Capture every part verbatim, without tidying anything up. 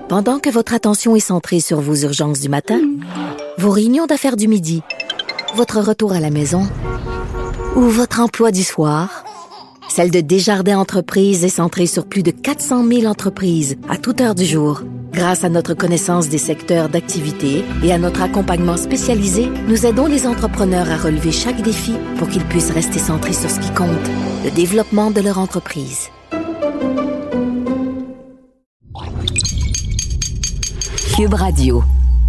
Pendant que votre attention est centrée sur vos urgences du matin, vos réunions d'affaires du midi, votre retour à la maison ou votre emploi du soir, celle de Desjardins Entreprises est centrée sur plus de quatre cent mille entreprises à toute heure du jour. Grâce à notre connaissance des secteurs d'activité et à notre accompagnement spécialisé, nous aidons les entrepreneurs à relever chaque défi pour qu'ils puissent rester centrés sur ce qui compte, le développement de leur entreprise. Cube Radio.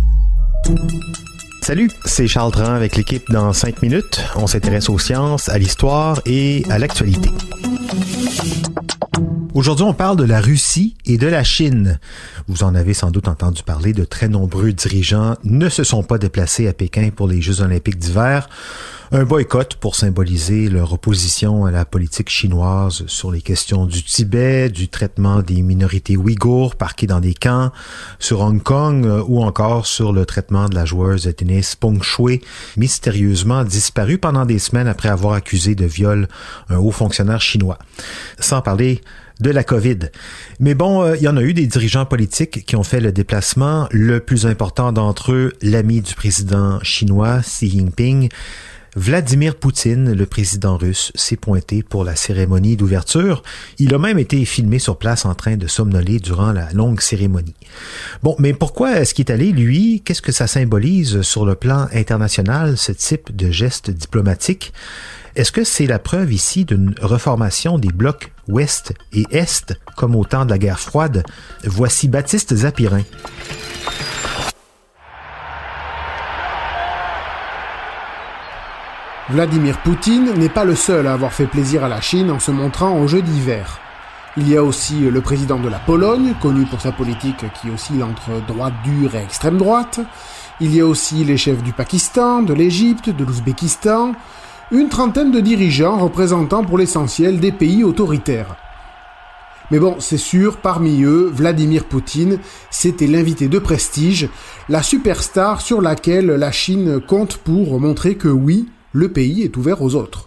Salut, c'est Charles Dran avec l'équipe dans cinq minutes. On s'intéresse aux sciences, à l'histoire et à l'actualité. Aujourd'hui, on parle de la Russie et de la Chine. Vous en avez sans doute entendu parler, de très nombreux dirigeants ne se sont pas déplacés à Pékin pour les Jeux olympiques d'hiver. Un boycott pour symboliser leur opposition à la politique chinoise sur les questions du Tibet, du traitement des minorités ouïghours parquées dans des camps, sur Hong Kong ou encore sur le traitement de la joueuse de tennis Peng Shuai, mystérieusement disparue pendant des semaines après avoir accusé de viol un haut fonctionnaire chinois. Sans parler de la COVID. Mais bon, euh, il y en a eu des dirigeants politiques qui ont fait le déplacement. Le plus important d'entre eux, l'ami du président chinois Xi Jinping, Vladimir Poutine, le président russe, s'est pointé pour la cérémonie d'ouverture. Il a même été filmé sur place en train de somnoler durant la longue cérémonie. Bon, mais pourquoi est-ce qu'il est allé, lui? Qu'est-ce que ça symbolise sur le plan international, ce type de geste diplomatique? Est-ce que c'est la preuve ici d'une reformation des blocs Ouest et Est, comme au temps de la guerre froide? Voici Baptiste Zapirin. Vladimir Poutine n'est pas le seul à avoir fait plaisir à la Chine en se montrant aux Jeux d'hiver. Il y a aussi le président de la Pologne, connu pour sa politique qui oscille entre droite dure et extrême droite. Il y a aussi les chefs du Pakistan, de l'Égypte, de l'Ouzbékistan. Une trentaine de dirigeants représentant pour l'essentiel des pays autoritaires. Mais bon, c'est sûr, parmi eux, Vladimir Poutine, c'était l'invité de prestige, la superstar sur laquelle la Chine compte pour montrer que oui, le pays est ouvert aux autres.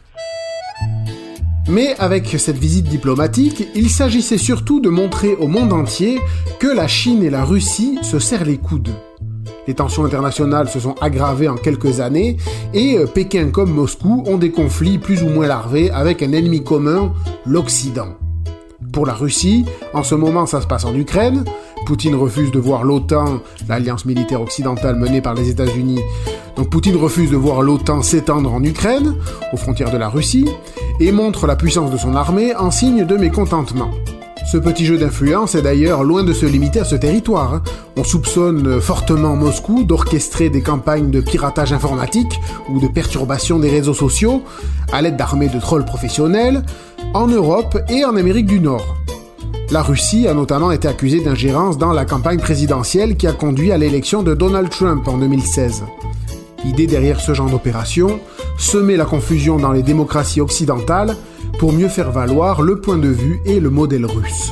Mais avec cette visite diplomatique, il s'agissait surtout de montrer au monde entier que la Chine et la Russie se serrent les coudes. Les tensions internationales se sont aggravées en quelques années et Pékin comme Moscou ont des conflits plus ou moins larvés avec un ennemi commun, l'Occident. Pour la Russie, en ce moment ça se passe en Ukraine. Poutine refuse de voir l'OTAN, l'alliance militaire occidentale menée par les États-Unis. Donc Poutine refuse de voir l'OTAN s'étendre en Ukraine, aux frontières de la Russie, et montre la puissance de son armée en signe de mécontentement. Ce petit jeu d'influence est d'ailleurs loin de se limiter à ce territoire. On soupçonne fortement Moscou d'orchestrer des campagnes de piratage informatique ou de perturbation des réseaux sociaux à l'aide d'armées de trolls professionnels en Europe et en Amérique du Nord. La Russie a notamment été accusée d'ingérence dans la campagne présidentielle qui a conduit à l'élection de Donald Trump en deux mille seize. L'idée derrière ce genre d'opération, semer la confusion dans les démocraties occidentales pour mieux faire valoir le point de vue et le modèle russe.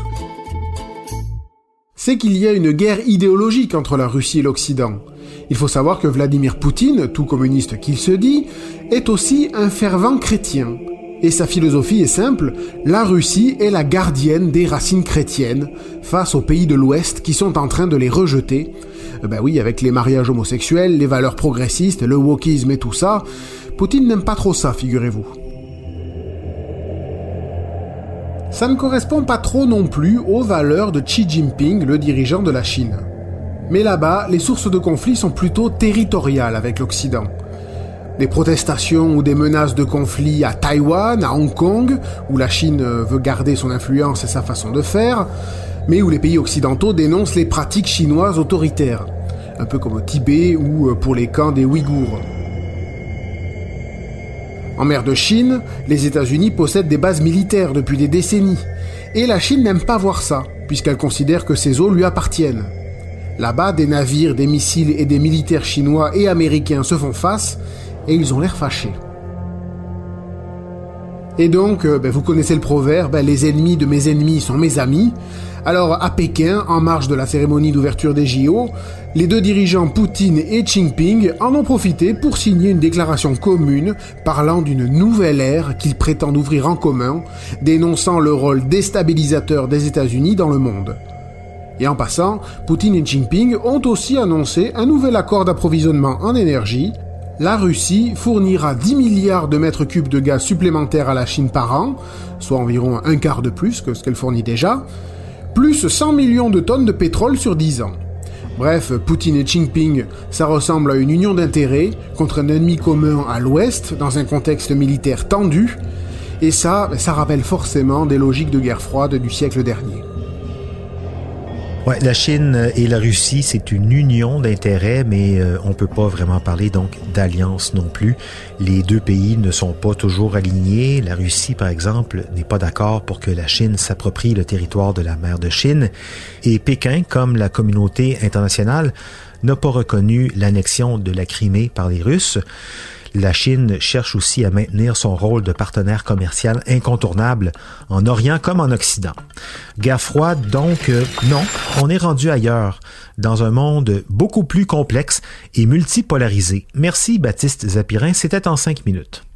C'est qu'il y a une guerre idéologique entre la Russie et l'Occident. Il faut savoir que Vladimir Poutine, tout communiste qu'il se dit, est aussi un fervent chrétien. Et sa philosophie est simple, la Russie est la gardienne des racines chrétiennes face aux pays de l'Ouest qui sont en train de les rejeter. Ben oui, avec les mariages homosexuels, les valeurs progressistes, le wokisme et tout ça, Poutine n'aime pas trop ça, figurez-vous. Ça ne correspond pas trop non plus aux valeurs de Xi Jinping, le dirigeant de la Chine. Mais là-bas, les sources de conflit sont plutôt territoriales avec l'Occident. Des protestations ou des menaces de conflit à Taïwan, à Hong Kong, où la Chine veut garder son influence et sa façon de faire, mais où les pays occidentaux dénoncent les pratiques chinoises autoritaires, un peu comme au Tibet ou pour les camps des Ouïghours. En mer de Chine, les États-Unis possèdent des bases militaires depuis des décennies, et la Chine n'aime pas voir ça, puisqu'elle considère que ces eaux lui appartiennent. Là-bas, des navires, des missiles et des militaires chinois et américains se font face, et ils ont l'air fâchés. Et donc, euh, ben, vous connaissez le proverbe, ben, les ennemis de mes ennemis sont mes amis. Alors, à Pékin, en marge de la cérémonie d'ouverture des J O, les deux dirigeants Poutine et Xi Jinping en ont profité pour signer une déclaration commune parlant d'une nouvelle ère qu'ils prétendent ouvrir en commun, dénonçant le rôle déstabilisateur des États-Unis dans le monde. Et en passant, Poutine et Xi Jinping ont aussi annoncé un nouvel accord d'approvisionnement en énergie. La Russie fournira dix milliards de mètres cubes de gaz supplémentaires à la Chine par an, soit environ un quart de plus que ce qu'elle fournit déjà, plus cent millions de tonnes de pétrole sur dix ans. Bref, Poutine et Xi Jinping, ça ressemble à une union d'intérêts contre un ennemi commun à l'Ouest, dans un contexte militaire tendu, et ça, ça rappelle forcément des logiques de guerre froide du siècle dernier. Ouais, la Chine et la Russie, c'est une union d'intérêts, mais euh, on peut pas vraiment parler donc d'alliance non plus. Les deux pays ne sont pas toujours alignés. La Russie, par exemple, n'est pas d'accord pour que la Chine s'approprie le territoire de la mer de Chine. Et Pékin, comme la communauté internationale, n'a pas reconnu l'annexion de la Crimée par les Russes. La Chine cherche aussi à maintenir son rôle de partenaire commercial incontournable en Orient comme en Occident. Guerre froide, donc, euh, non, on est rendu ailleurs, dans un monde beaucoup plus complexe et multipolarisé. Merci Baptiste Zapirin, c'était en cinq minutes.